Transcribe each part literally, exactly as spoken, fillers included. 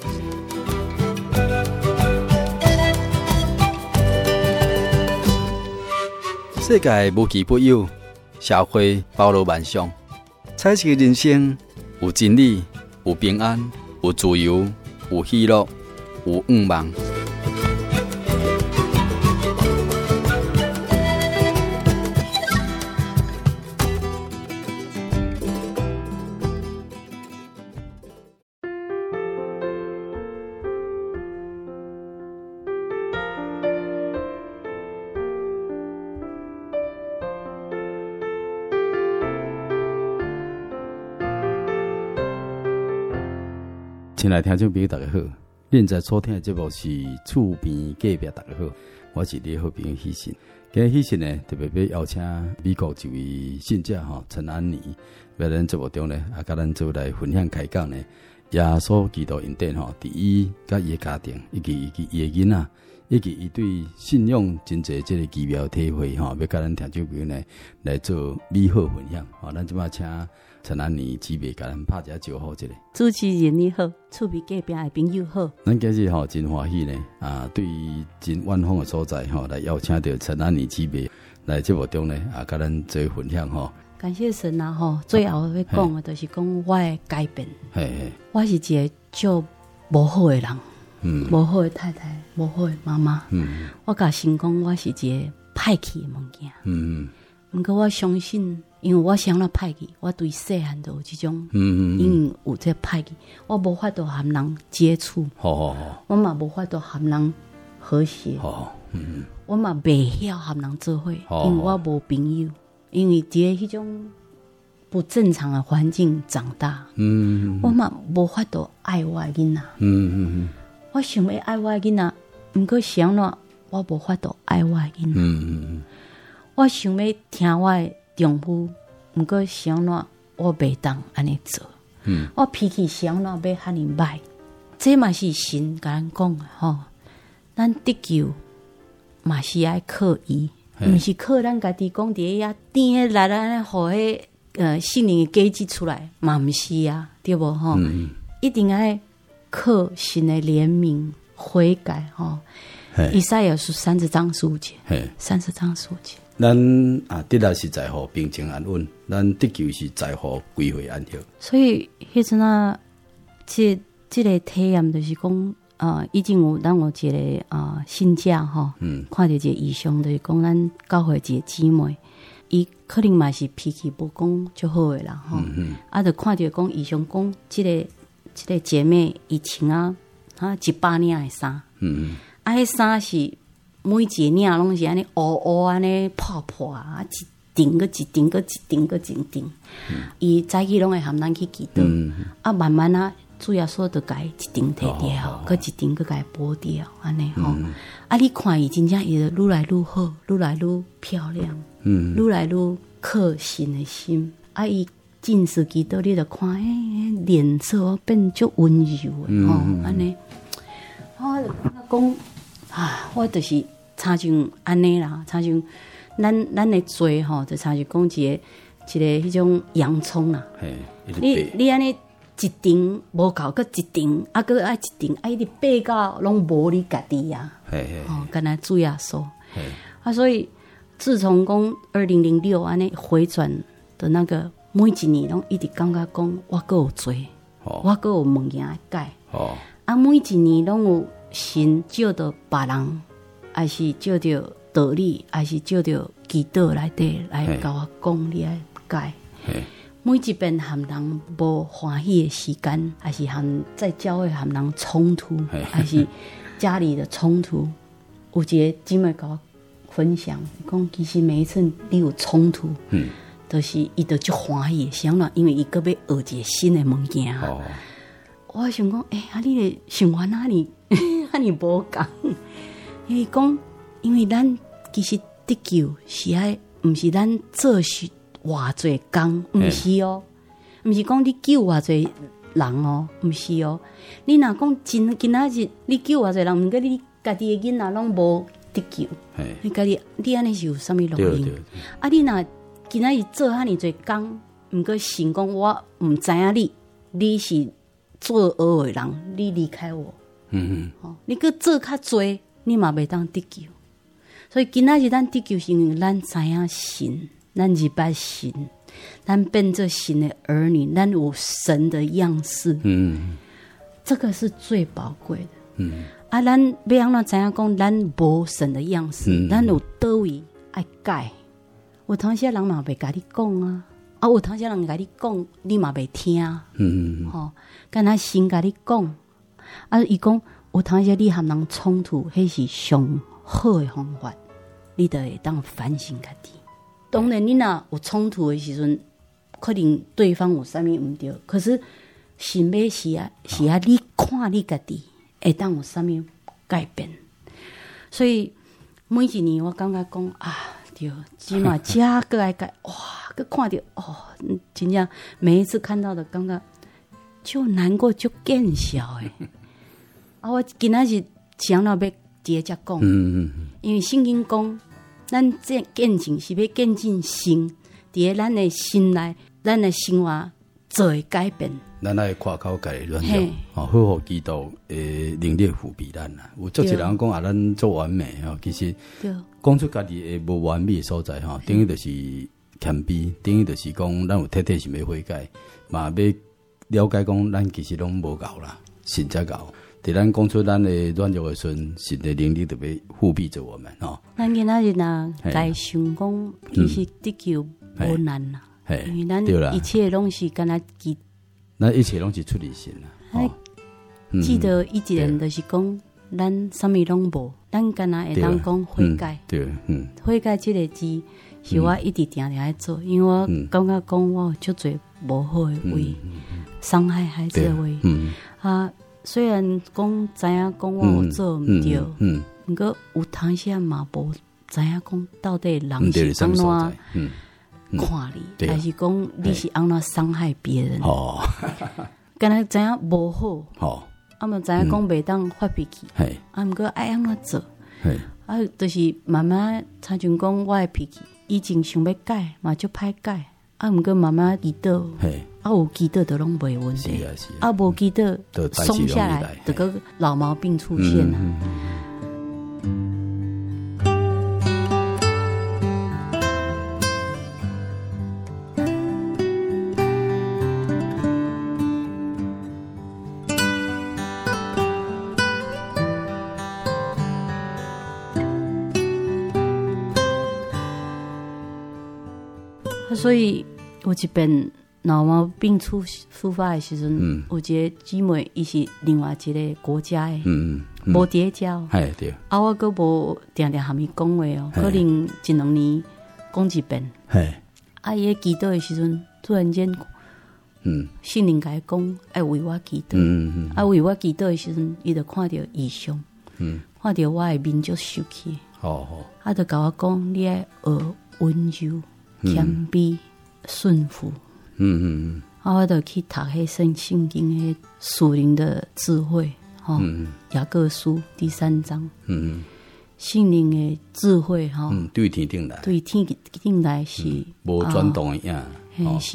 世界无奇不有，社会包罗万象。彩色的人生有真理，有平安，有自由，有喜乐，有愿望。亲爱的听众朋友，大家好！现在所听的节目是《厝边隔壁》，大家好，我是你的好朋友喜信。今日喜信呢，特别要邀请美国一位信者哈陈安妮，在咱节目中呢，啊，甲咱做来分享开讲呢，耶稣基督恩典吼，第一，甲伊的家庭，以及伊伊的囡仔，以及伊对信仰真侪这个奇妙体会吼，要甲咱听众朋友呢来做美好分享。好，咱即马请陈安妮姊妹甲咱拍一下招呼一下。 主持人你好，厝边隔壁的朋友好。 咱今日吼真欢喜呢，啊，对于真远方的所在吼，来邀请到陈安妮姊妹来节目中呢，啊，甲咱做分享吼。 感谢神啊吼，最后要讲的就是讲我的改变。 嘿嘿， 我是一个足无好的人， 嗯， 无好的太太，无好的妈妈。 嗯， 我甲神讲，我是一个歹去的物件。 嗯嗯， 不过我相信。因为我想了歹去，我对细汉就有这种， 嗯嗯， 因为有这歹去，我无法度和人接触， 好好好， 我嘛无法度和人和谐， 好，嗯， 我嘛袂晓和人做伙，因为我无朋友，因为伫迄种不正常的环境长大，嗯，我嘛无法度爱我的囡仔，嗯嗯嗯，我想要爱我的囡仔，不过想了我无法度爱我的囡仔，嗯嗯嗯，我想要听我的丈夫，不过想怎我袂当安尼做，嗯，我脾气想怎要遐尼歹，这嘛是神甲咱讲的吼。咱得救嘛是爱靠伊，毋是靠咱家己讲伫遐甜诶来来互迄呃圣灵诶机制出来，嘛毋是啊，对无吼？嗯、一定爱靠神诶怜悯悔改吼。以赛亚书三十章十五节，三十章十五节。 咱啊，得来是在乎平静安稳，咱得救是在乎归回安息。 所以迄阵啊，即即个体验就是讲，呃，已经有咱有一个呃信者吼，嗯，看到一个异象，就是讲咱教会一个姊妹，伊可能嘛是脾气不讲就好诶啦，吼、嗯嗯，啊，就看到讲异象讲，即、這个即、這个姐妹伊穿啊，啊一百领诶衫，嗯嗯，啊，迄衫是。每一个领拢是安尼乌乌安尼破破啊，一顶个一顶个一顶个一顶。伊早起拢会含咱去祈祷，嗯、啊慢慢啊，主要说就甲伊一顶摕掉，佮、哦、一顶佮甲伊剥掉，安尼吼。嗯、啊，你看伊真正伊就愈来愈好，愈来愈漂亮，嗯，愈来愈靠神的心。啊，伊进士祈祷，你就看，诶，脸色变足温柔的吼，安尼、嗯。我就感觉讲。啊，我就是差像安尼啦，差像咱咱的罪吼，就差像讲一个一个迄种洋葱啦。你你安尼一顶无够，佮一顶，啊，佮爱一顶，啊，一直爬到拢无你家己啊。哦，敢若主耶稣。啊，所以自从讲二零零六安尼回转的那个每一年拢一直感觉讲我佮有罪，我佮有物件要改。哦，啊，每一年拢有。神照着别人，还是照着道理，还是照着祈祷内底来甲我讲你来改。每一遍和人无欢喜的时间，还是和在教会和人冲突，还是家里的冲突，有一个姊妹甲我分享，讲其实每一次你有冲突，嗯，就是伊就足欢喜，想了，因为伊搁要学一个新的物件。哦，我想讲，诶、欸，啊，你的想法哪里？啊，你无讲，因为讲，因为咱其实得救是爱，毋是咱做是偌济工，毋是哦，毋是讲你救偌济人哦，毋是哦。你若讲真今仔日你救偌济人，毋过你家己的囡仔拢无得救，你家己你安尼是有啥物路用？啊，你若今仔日做遐尼济工，毋过神讲我毋知影你，你是。 作恶的人，你离开我。嗯嗯，哦，你搁做较多，你嘛袂当得救。所以今仔日咱得救是因为咱知影神，咱入捌神，咱变做神的儿女，咱有神的样式。嗯，这个是最宝贵的。嗯，啊，咱要安怎知影讲咱无神的样式？嗯、咱有倒位爱改。有当时人嘛袂甲你讲啊，啊，有当时人甲你讲，你嘛袂听。嗯，吼、哦，敢若神甲你讲，啊，伊讲有当时你和人冲突，迄是上好的方法，你就会当反省家己。当然，你若有冲突的时阵，可能对方有啥物毋对，可是神要是啊，是啊，你看你家己会当有啥物改变。所以每一年我感觉讲啊。对，起码加个来改，哇，个看到哦，真正每一次看到的，感觉就难过，就见笑诶。啊，我今仔日想到要直接讲，嗯嗯嗯，因为圣经讲，咱这见证是要见证心，伫咱的心内，咱的生活做会改变。 咱爱夸口家己软弱，哦，好好基督诶能力扶庇咱啦。有足侪人讲啊，咱做完美吼，其实讲出家己诶无完美诶所在吼，等于就是谦卑，等于就是讲咱有特特想要悔改，嘛要了解讲咱其实拢无够啦，神才够。伫咱讲出咱诶软弱诶时阵，神诶能力特别护庇着我们吼。 咱今仔日呐，该想讲其实得救无难啦，因为咱一切拢是敢若记。 那一切拢是出于神啦。哦、 记得以前就是讲，咱啥物拢无，咱敢若会当讲悔改。 对，嗯， 悔改这个字是我一直定定在做，因为我感觉讲我足侪无好的话，伤害孩子的话。嗯啊，虽然讲知影讲我有做毋对，嗯，不过有当时嘛无知影讲到底人是安怎。嗯。看你，还是讲你是安怎伤害别人？哦，敢若知影无好，哦，啊，嘛知影讲袂当发脾气，系，啊，毋过爱安怎做？系，啊，就是慢慢，参像讲我的脾气，以前想要改，嘛就歹改，啊，毋过慢慢祈祷，系，啊，有祈祷就拢袂问题，是啊是啊，啊，无祈祷，松下来，这个老毛病出现了。嗯嗯所以有一遍老毛病出复发的时阵，嗯、有一个姊妹，伊是另外一个国家的，嗯嗯，无伫教，哎对，啊我阁无定定和伊讲话哦，可能一两年讲一遍，嘿，啊伊祈祷的时阵，突然间，嗯，圣灵甲伊讲，爱为我祈祷，嗯嗯，啊为我祈祷的时阵，伊就看到异象，嗯，看到我的面就收起，哦哦，啊就甲我讲，你爱学温柔。谦卑顺服，嗯嗯嗯，啊，我就去读迄圣圣经迄属灵的智慧，吼、哦，雅各书第三章，嗯嗯，圣灵的智慧，吼、哦，嗯， 对天顶来， 对天顶来是无转动的样， 哦，是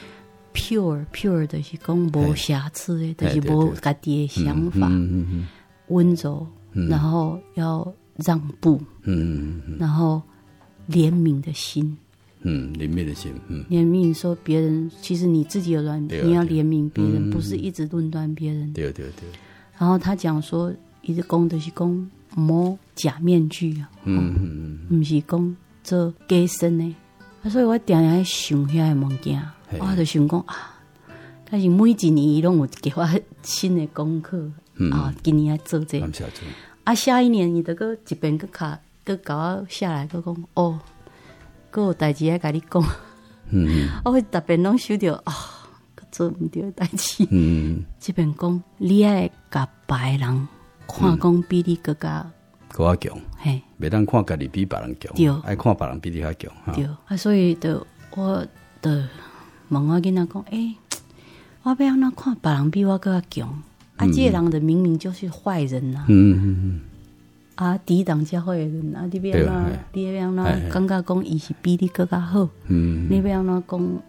pure pure 的是讲无瑕疵的，就是无家己的想法，温柔，然后要让步，嗯嗯，然后怜悯的心。 嗯，怜悯的心，嗯， 怜悯说别人，其实你自己有软，你要怜悯别人，不是一直论断别人。 对对对。 然后他讲说，一直讲的是讲摸假面具啊，嗯嗯嗯，不是讲做假身的。啊，所以我常常想遐个物件，我就想讲啊，但是每一年伊拢有给我新的功课，啊，今年要做这个，啊，下一年伊就个一边个卡个搞我下来，个讲哦。还有代志要甲你讲，嗯，我会特别拢想到啊，做毋对代志，嗯，这边讲你爱甲别人看讲比你更加更加强，嘿，袂当看家己比别人强，对，爱看别人比你较强， 对，啊，所以的我的问我囡仔讲，诶、欸，我要安怎看别人比我更加强？啊，这个人的明明就是坏人呐、啊，嗯嗯嗯。啊，抵挡教会的人啊，你要安怎？你要安怎？感觉讲伊是比你更加好？嗯，你要安怎讲？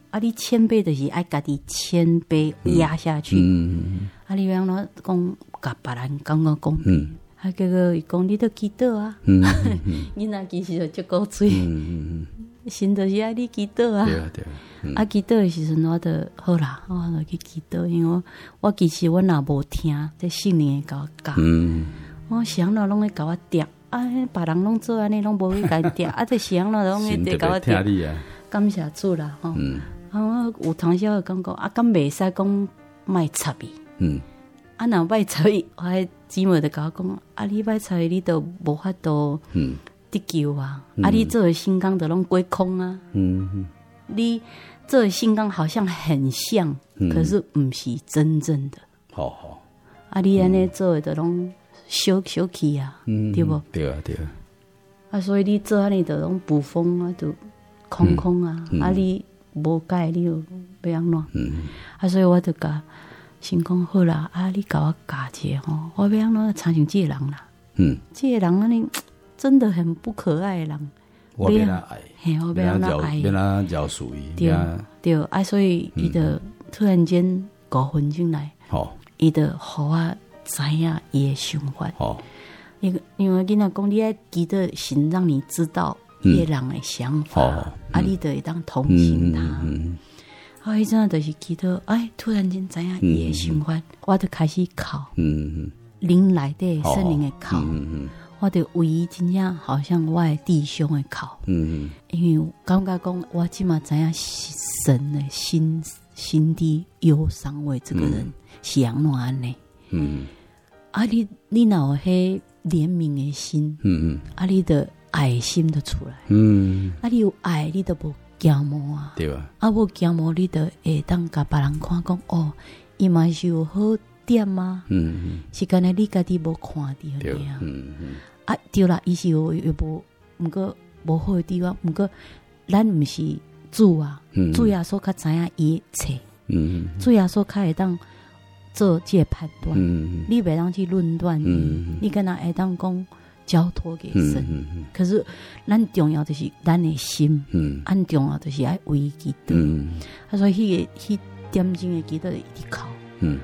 啊，你谦卑就是爱家己谦卑压下去。嗯、啊，你要怎讲甲别人感觉公平？嗯、啊，结果伊讲你都祈祷啊，嗯嗯、囡仔其实就足够嘴，嗯、神就是爱你祈祷啊。 对啊对啊。嗯、 啊，祈祷的时阵，我就好啦，我就去祈祷，因为我我其实我若无听，这圣灵会甲我教。嗯、我想了拢会甲我点，啊，别人拢做安尼，拢无去甲伊点，啊，这想了拢会得甲我点。感谢主啦，吼、嗯！啊，我有当时会感觉啊，敢袂使讲卖插伊。嗯。啊，若卖插伊，我迄姊妹就甲我讲，啊，你卖插伊，你都无法度得救啊！嗯、啊，你做的新工都拢归空啊！嗯嗯。你这性格好像很像，嗯、可是不是真正的。好好，啊，你安尼做的拢小小气啊，嗯、对不？ 对啊，对啊。 啊，所以你做安尼的拢捕风啊，就空空啊，嗯、啊，你无解，你又要安怎？嗯、啊，所以我就甲先讲好啦，啊，你甲我教一下吼，我要安怎参像这个人啦？嗯，这个人安尼真的很不可爱的人。 我要他爱， 嘿，我要他爱， 要他饶恕伊， 对对，啊，所以伊就突然间高分进来，好，伊就互我知影伊的想法，好，因因为囡仔讲你爱记得神让你知道伊个人的想法，啊，你就会当同情他，啊，迄阵就是记得，哎，突然间知影伊的想法，我就开始哭，嗯，灵内底圣灵的哭。我就唯一真正好像我的弟兄的哭，嗯，因为感觉讲我即嘛知影神的心心地忧伤为这个人是安怎安尼，嗯，啊你你若有迄怜悯的心，嗯嗯，啊你的爱心就出来，嗯，啊你有爱你都无骄傲啊，对吧？啊无骄傲你就会当甲别人看讲哦，伊嘛是有好点啊，嗯嗯，是干那你家己无看到的啊，嗯嗯。啊，对啦，伊是有有无，毋过无好的地方，毋过咱毋是主啊，嗯、主耶稣较知影伊一切，嗯、主耶稣较会当做这个判断，嗯、你袂当去论断伊，嗯、你敢若会当讲交托给神。嗯嗯、可是咱重要就是咱的心，嗯、咱重要就是爱为伊祈祷，嗯、啊，所以迄、那个迄点钟的祈禱一直哭，嗯。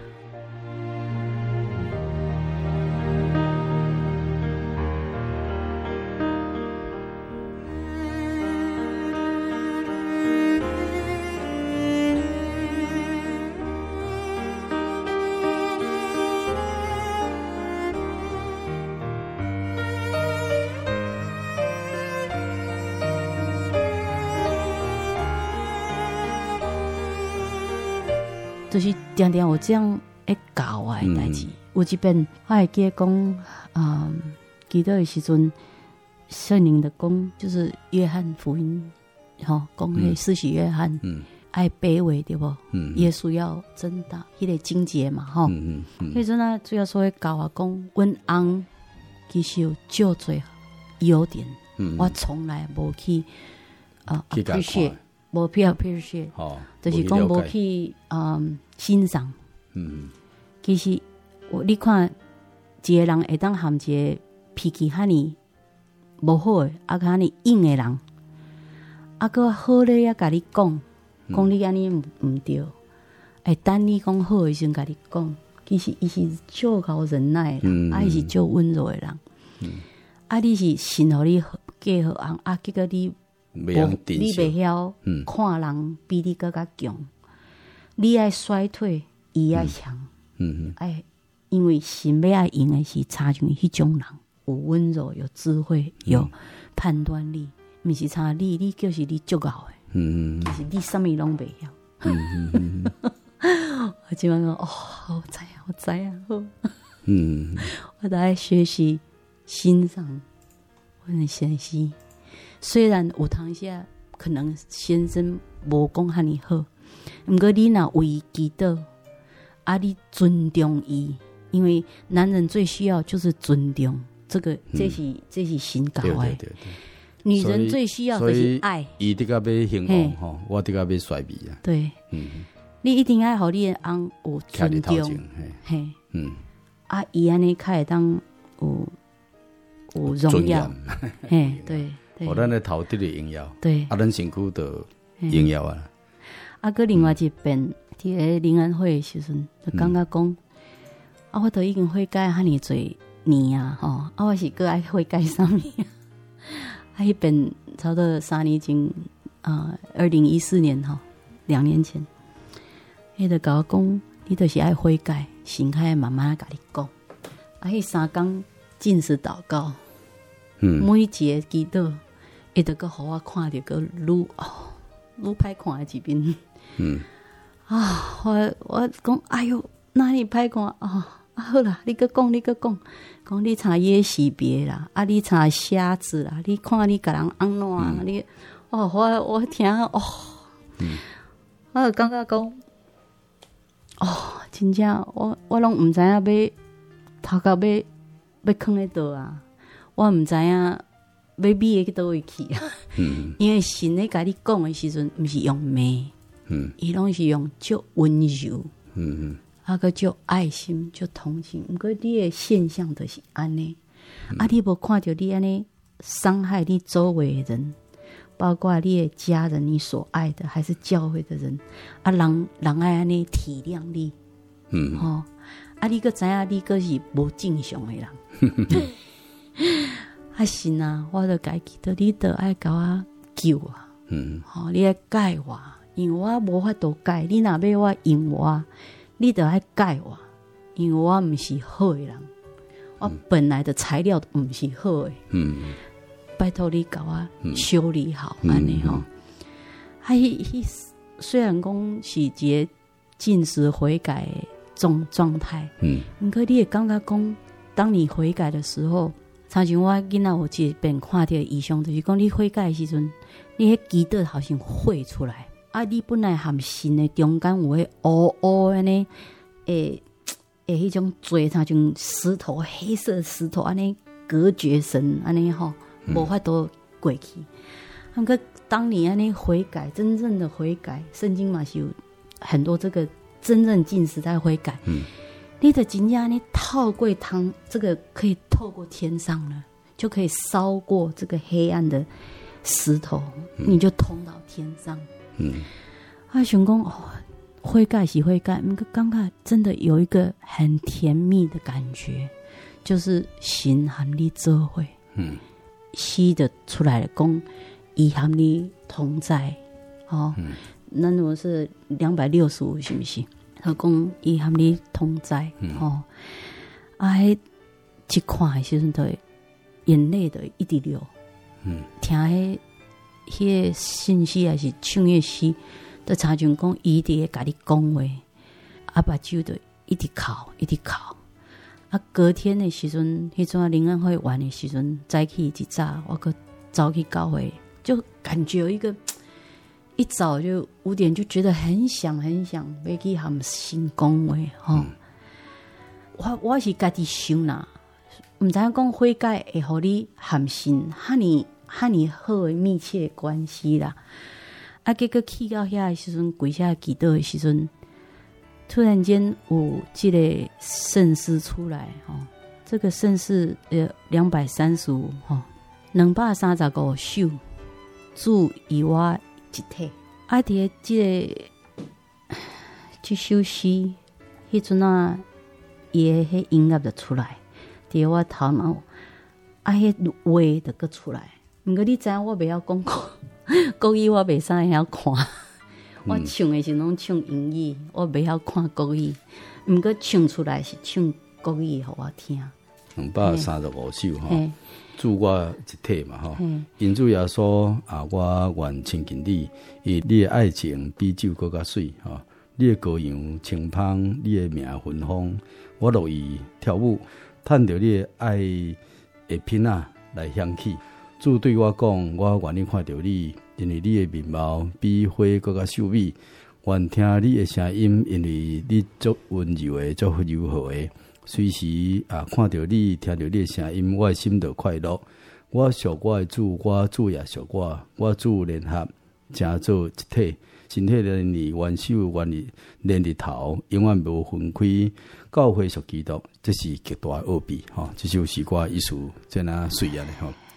就是常常有这样会教我的代志。有一遍我会记得讲，嗯，祈禱的时阵，圣灵的讲就是约翰福音，吼、哦，讲迄施洗约翰，嗯，爱卑微对不？嗯，耶稣要真大，迄个境界嘛，吼、哦。嗯嗯。迄阵啊，主要说会教我讲，阮翁其实有足多优点，嗯、我从来无去啊 appreciate。无必要 appreciate，就是讲无去嗯欣赏。嗯，其实我你看，一个人会当含一个脾气哈尼无好诶，啊哈尼硬诶人，啊个好咧也甲你讲，讲你安尼毋毋对，会等你讲好诶时阵甲你讲，其实伊是足够忍耐诶人，啊伊是足温柔诶人。嗯，啊你是信互你嫁好翁，啊结果你。你袂晓看人比你更加强，嗯、你爱衰退，伊爱强。嗯，哎，因为神要爱用的是差像迄种人，有温柔、有智慧、有判断力，毋、嗯、是差你，你就是你足够的。嗯，其实你什么拢袂晓。嗯嗯嗯，我今晚讲哦，我知啊，我知啊。嗯，我都爱学习欣赏我的先生。虽然有当下可能先生无讲遐尼好，毋过你若为伊祈祷，啊，你尊重伊，因为男人最需要就是尊重，这个这是、嗯、这是神教的。女人最需要就是爱。 伊得个要幸福吼，我得个要衰美啊。 对，嗯，你一定爱互你的翁有尊重，嘿，嗯，啊，伊安尼较会当有有荣耀，嘿，对。 我咱的头得的荣耀， 对， 啊，咱身躯的荣耀啊， 啊，搁另外一边伫个灵安会的时阵，就感觉讲、嗯，啊，我都已经悔改遐尼侪年啊，吼，啊，我是搁爱悔改啥物啊？啊，迄边差不多三年前啊，二零一四年吼，两年前，伊就甲我讲，你就是爱悔改，心开慢慢甲你讲。啊，迄三工禁食祷告，嗯，每一个祈禱，伊就搁互我看着搁愈哦，愈歹看的一面。嗯，啊，我我讲，哎哟，哪里歹看啊？啊，好啦，你搁讲，你搁讲，讲你查耶识别啦，啊，你查瞎子啦，你看你甲人安怎、嗯？你哦，我我听哦，嗯、我就感觉讲，哦，真正我我拢毋知影要头壳要要囥咧倒啊，我毋知影要秘去倒位去啊。嗯，因为神咧甲你讲的时阵，毋是用骂，嗯，伊拢是用足温柔，嗯嗯，啊个足爱心、足同情。毋过你的现象就是安尼、嗯，啊，你无看到你安尼伤害你周围的人，包括你的家人、你所爱的，还是教会的人，啊，人人爱安尼体谅你，嗯，吼、哦。啊！你个知影，你个是无正常的人。啊是啊，我就家己到你都爱甲我救我，嗯，好、哦，你爱改我，因为我无法度改。你若要我用我，你就爱改我，因为我毋是好的人，我本来的材料毋是好的。嗯，拜托你甲我修理好，安尼吼。啊，迄迄虽然讲是一个禁食悔改种状态，嗯，不过你也感觉讲，当你悔改的时候，常像我囡仔有一遍看到的异象，就是讲你悔改的时阵，你迄祈禱好像汇出来，啊，你本来含心的中间有迄乌乌的呢，诶诶，迄种嘴像像石头，黑色石头安尼隔绝神安尼吼，无法度过去。不过当你安尼悔改，真正的悔改，圣经嘛是有很多这个。真正进食在悔改，嗯，你的真正你透过汤，这个可以透过天上了，就可以烧过这个黑暗的石头，嗯、你就通到天上。嗯，啊，想讲哦，悔改是悔改，那个刚刚真的有一个很甜蜜的感觉，就是神和你做伙，嗯，吸的出来的讲，伊和你同在，哦。嗯，那如果是两百六十五，是不是？他讲伊和你同在，嗯、哦，啊，迄一看的时阵，都眼泪都一直流。嗯，听迄迄个信息还是唱迄诗，都差像讲伊伫咧甲你讲话，啊，目睭就一直哭，一直哭。啊，隔天的时阵，迄阵灵安会完的时阵，早起一早，我个早去教会，就感觉有一个。一早就五点就觉得很想很想要去和神讲话吼、嗯，我我是家己想啦，唔知影讲悔改会互你和神哈尼哈尼好的密切的关系啦。啊，结果去到遐的时阵，跪下祈祷的时阵，突然间有这个圣诗出来吼，这个圣诗呃两百三十五吼，两百三十五首，主以我。一体啊！伫即个即首诗，迄阵啊，伊诶迄音乐就出来，伫我头脑啊，迄话就搁出来。毋过你知影，我袂晓讲国国语，我袂啥会晓看。我唱诶是拢唱英语，我袂晓看国语。毋过唱出来是唱国语，互我听。 两百三十五首吼。主我一体嘛吼，因主耶稣啊，我愿亲近你，以你的爱情比酒更加水吼，你的羔羊清芳，你的名芬芳，我乐意跳舞，趁着你的爱的品啊来响起。主对我讲，我愿意看到你，因为你的面貌比花更加秀美，愿听你的声音，因为你足温柔的，足柔和的。随时啊，看到你，听到你的声音，我的心就快乐。我属我的主，我主也属我，我主联合，成做一体。身体连理，元首原理连日头，永远无分开。教会属基督，这是极大的奥秘。吼，这首诗歌意思真啊水啊嘞吼。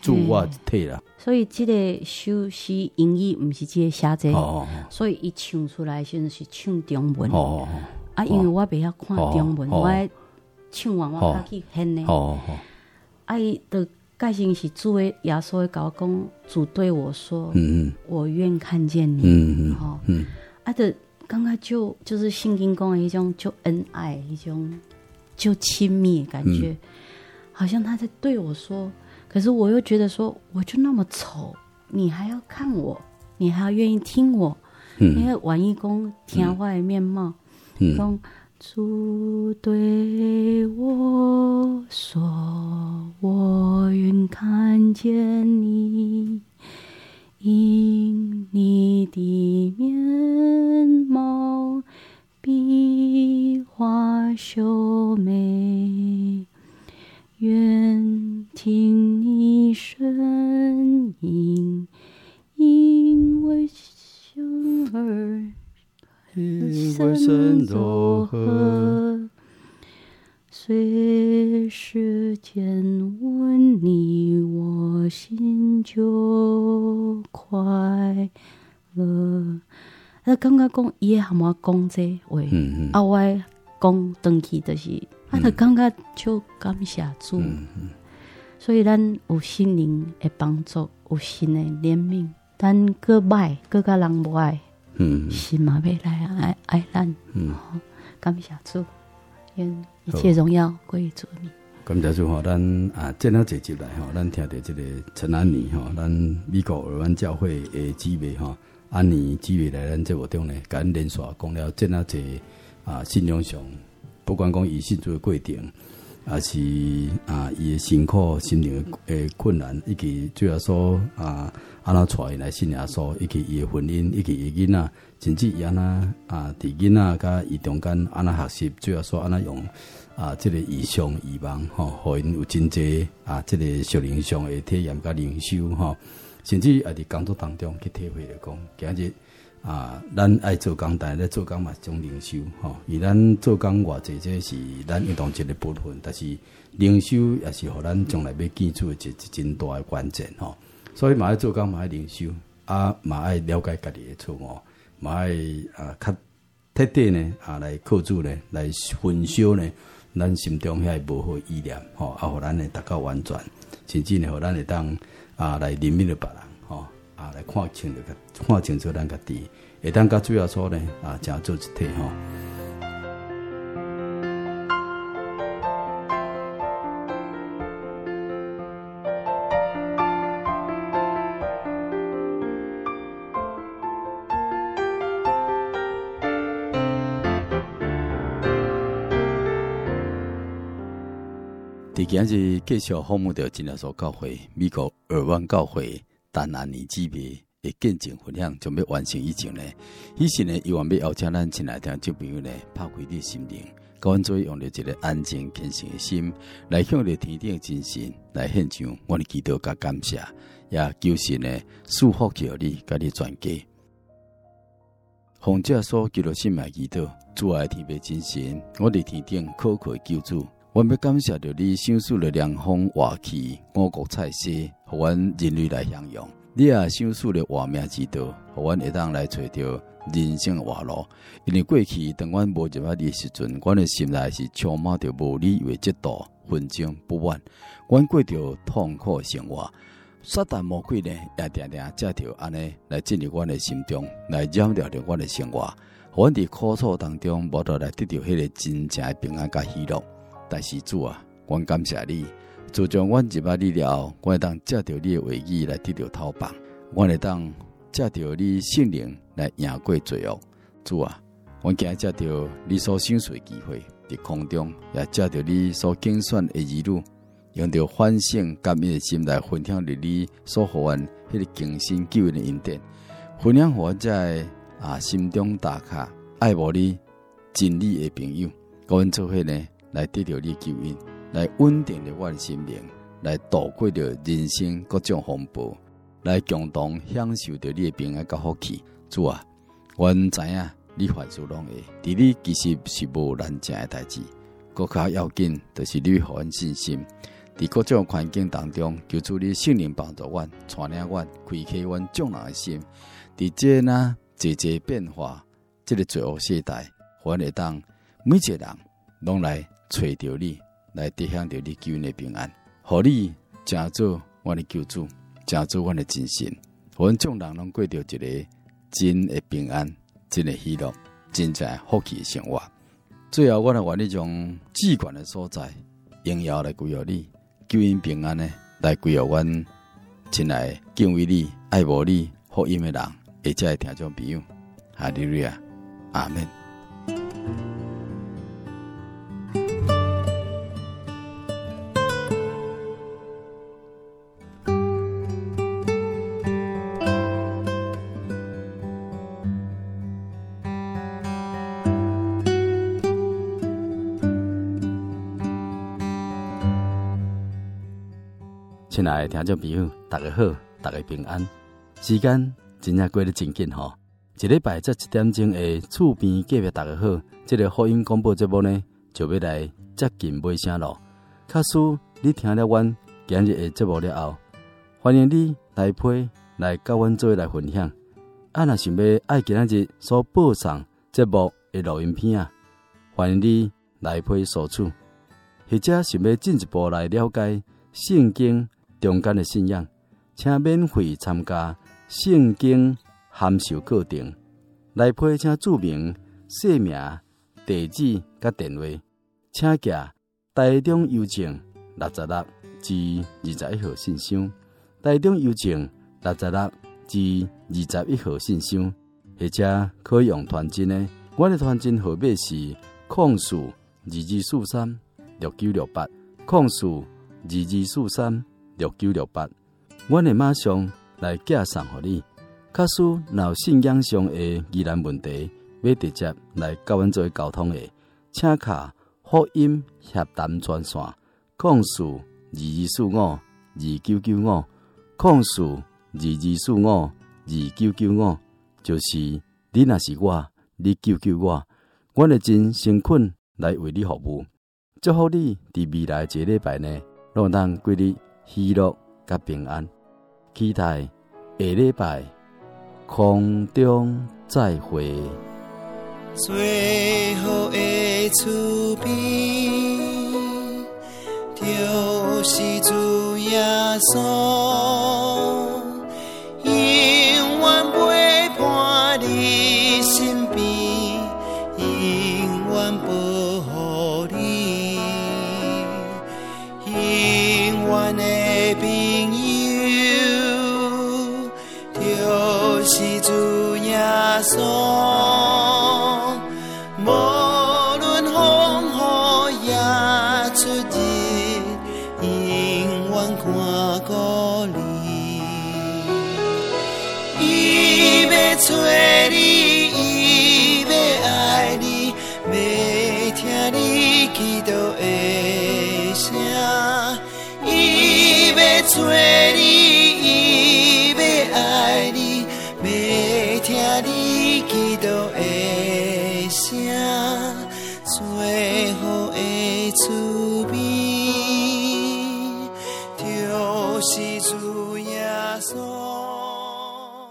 助我一体啦。 所以这个首诗英语不是这个写这个， 哦哦所以伊唱出来时阵是唱中文。 哦哦啊，因为我袂晓看中文， 哦我爱唱完我较去现的。 哦哦， 啊，伊的介绍是主的耶稣的甲我讲，主对我说：“ 嗯嗯， 我愿看见你。” 嗯嗯吼， 嗯， 啊的，刚刚就就是圣经讲的一种就恩爱，一种就亲密的感觉， 嗯好像他在对我说。可是我又觉得说，我就那么丑，你还要看我，你还要愿意听我， 嗯因为万一讲听我的面貌， 嗯讲、主对我说，我愿看见你，因你的面貌比花秀美，愿听你声音，因为生儿生柔和，随时间吻你，我心就快乐。啊，感觉讲伊会含我讲这话， 嗯嗯啊，我讲转去就是，啊，就感觉就感谢主。 嗯嗯， 所以咱有心灵的帮助，有神的怜悯，咱搁歹，搁甲人无爱。 嗯， 神嘛要来爱爱咱， 嗯， 感谢主，愿一切荣耀归于主名。 感谢主吼，咱啊，这两节集来吼，咱听到这个陈安妮吼，咱美国尔湾教会的姊妹吼，安妮姊妹来咱节目中呢，甲咱连续讲了这两节啊信仰上，不管讲伊信主的过程，啊是啊伊的辛苦、心灵的困难，以及最后说啊。安怎带因来信耶稣，以及伊的婚姻，以及伊囡仔，甚至伊安怎啊，伫囡仔甲伊中间安怎学习，最后说安怎用啊，即、這個異象異望吼，互因有真濟啊，即、這個屬靈上的體驗甲靈修吼，甚至啊，伫工作當中去體會着講，今日啊，咱愛做工，但係咧做工嘛是種靈修吼，而咱做工偌濟，這是咱運動一個部分，但是靈修也是互咱將來要建築一一真大的關鍵吼。所以嘛愛做工嘛愛靈修，啊嘛愛了解家己的錯誤，嘛愛啊較徹底呢啊來靠主呢來分析呢，咱心中遐無好意念吼，啊互咱呢達到完全，甚至呢互咱會當啊來憐憫着別人吼，啊來看清着看清楚咱家己，會當甲主要所呢啊誠做一體吼。伫今日繼續訪問到真耶穌教會美國爾灣教會但安妮姊妹的見證分享，準備完成以前呢，以前呢，希望要邀請咱親愛聽眾朋友呢，拋開你心靈，甲阮做用着一個安靜虔誠的心，來向着天頂真神來獻上我哋祈禱甲感謝，也求神呢賜福給你甲你全家。奉這所叫做心愛祈禱，主愛天父真神，我哋天頂可可救主。我要感謝着你享受了涼風活氣五穀菜色，互阮人類來享用。你也享受了活命之道，互阮會當來找到人生活路。因為過去當阮無入仔你時陣，阮的心內是充滿着無理由的嫉妒、紛爭、不滿，阮過着痛苦的生活。撒旦魔鬼呢，也定定借着安尼來進入阮的心中，來擾亂着阮的生活。互阮佇苦楚當中，無得來得到迄個真正的平安甲喜樂。但是主啊，阮感謝你，自從阮入仔你了後，阮會當借着你的話語來得到透棒，阮會當借着你聖靈來贏過罪惡。主啊，阮今日借着你所享受的機會，佇空中也借着你所競選的兒女，用着反省感恩的心來分享着你所予阮迄個驚心救恩的恩典，分享互阮在啊心中打卡愛慕你真理的朋友，甲阮做伙呢。來得到你救恩，來穩定着我的心靈，來度過着人生各種風暴，來共同享受着你的平安甲福氣。主啊，阮知影你凡事攏會，佇你其實是無難成的代志，更較要緊，就是你予阮信心， 在各种环境当中，求主你圣灵帮助我，带领我，开启我众人的心。在这呢，节节变化，这个罪恶世代，我会当每一个人拢来找到你，来得享到你救恩的平安。互你成做我的救主，成做我的真神。我众人拢过着一个真的平安，真的喜乐，真正福气的生活。最后，我来愿你将至关的所在，荣耀来归予你。救恩平安呢，来归予阮亲爱敬畏你、爱慕你、福音的人，或者听众朋友。哈利路亚，阿门。亲爱的听众朋友，大家好，大家平安。时间真正过得真紧吼，一礼拜这一点钟的厝边隔壁大家好，这个福音广播节目呢，就要来接近尾声咯。假使你听了阮今日的节目了后，欢迎你来批来跟阮做来分享。啊，若想要爱今仔日所播送节目的录音片啊，欢迎你来批索取，或者想要进一步来了解圣经中间的信仰，请免费参加圣经函授课程。来批请注明姓名、地址甲电话，请寄台中邮政六十六至二十一号信箱，台中邮政六十六至二十一号信箱，或者可以用传真的，我的传真号码是空四二二四三六九六八，空四二二四三六九六八，我会马上来寄送给你。假使若有信仰上的疑难问题，要直接来跟阮做沟通的，请卡福音协谈专线，控诉二二四五二九九五，控诉二二四五二九九五，就是你若是我，你救救我，我会真诚恳来为你服务。祝福你伫未来一个礼拜内，拢当过日喜乐甲平安。期待下礼拜空中再会。 最后的厝边，就是主耶稣，永远陪伴你身边，永远保护你，永远的朋友，就是主耶稣。无论风雨也出日，永远看顾你。伊要找你，伊要爱你，要听你祈祷的声。伊要找你，伊要爱你，要听你祈祷的声。最后的厝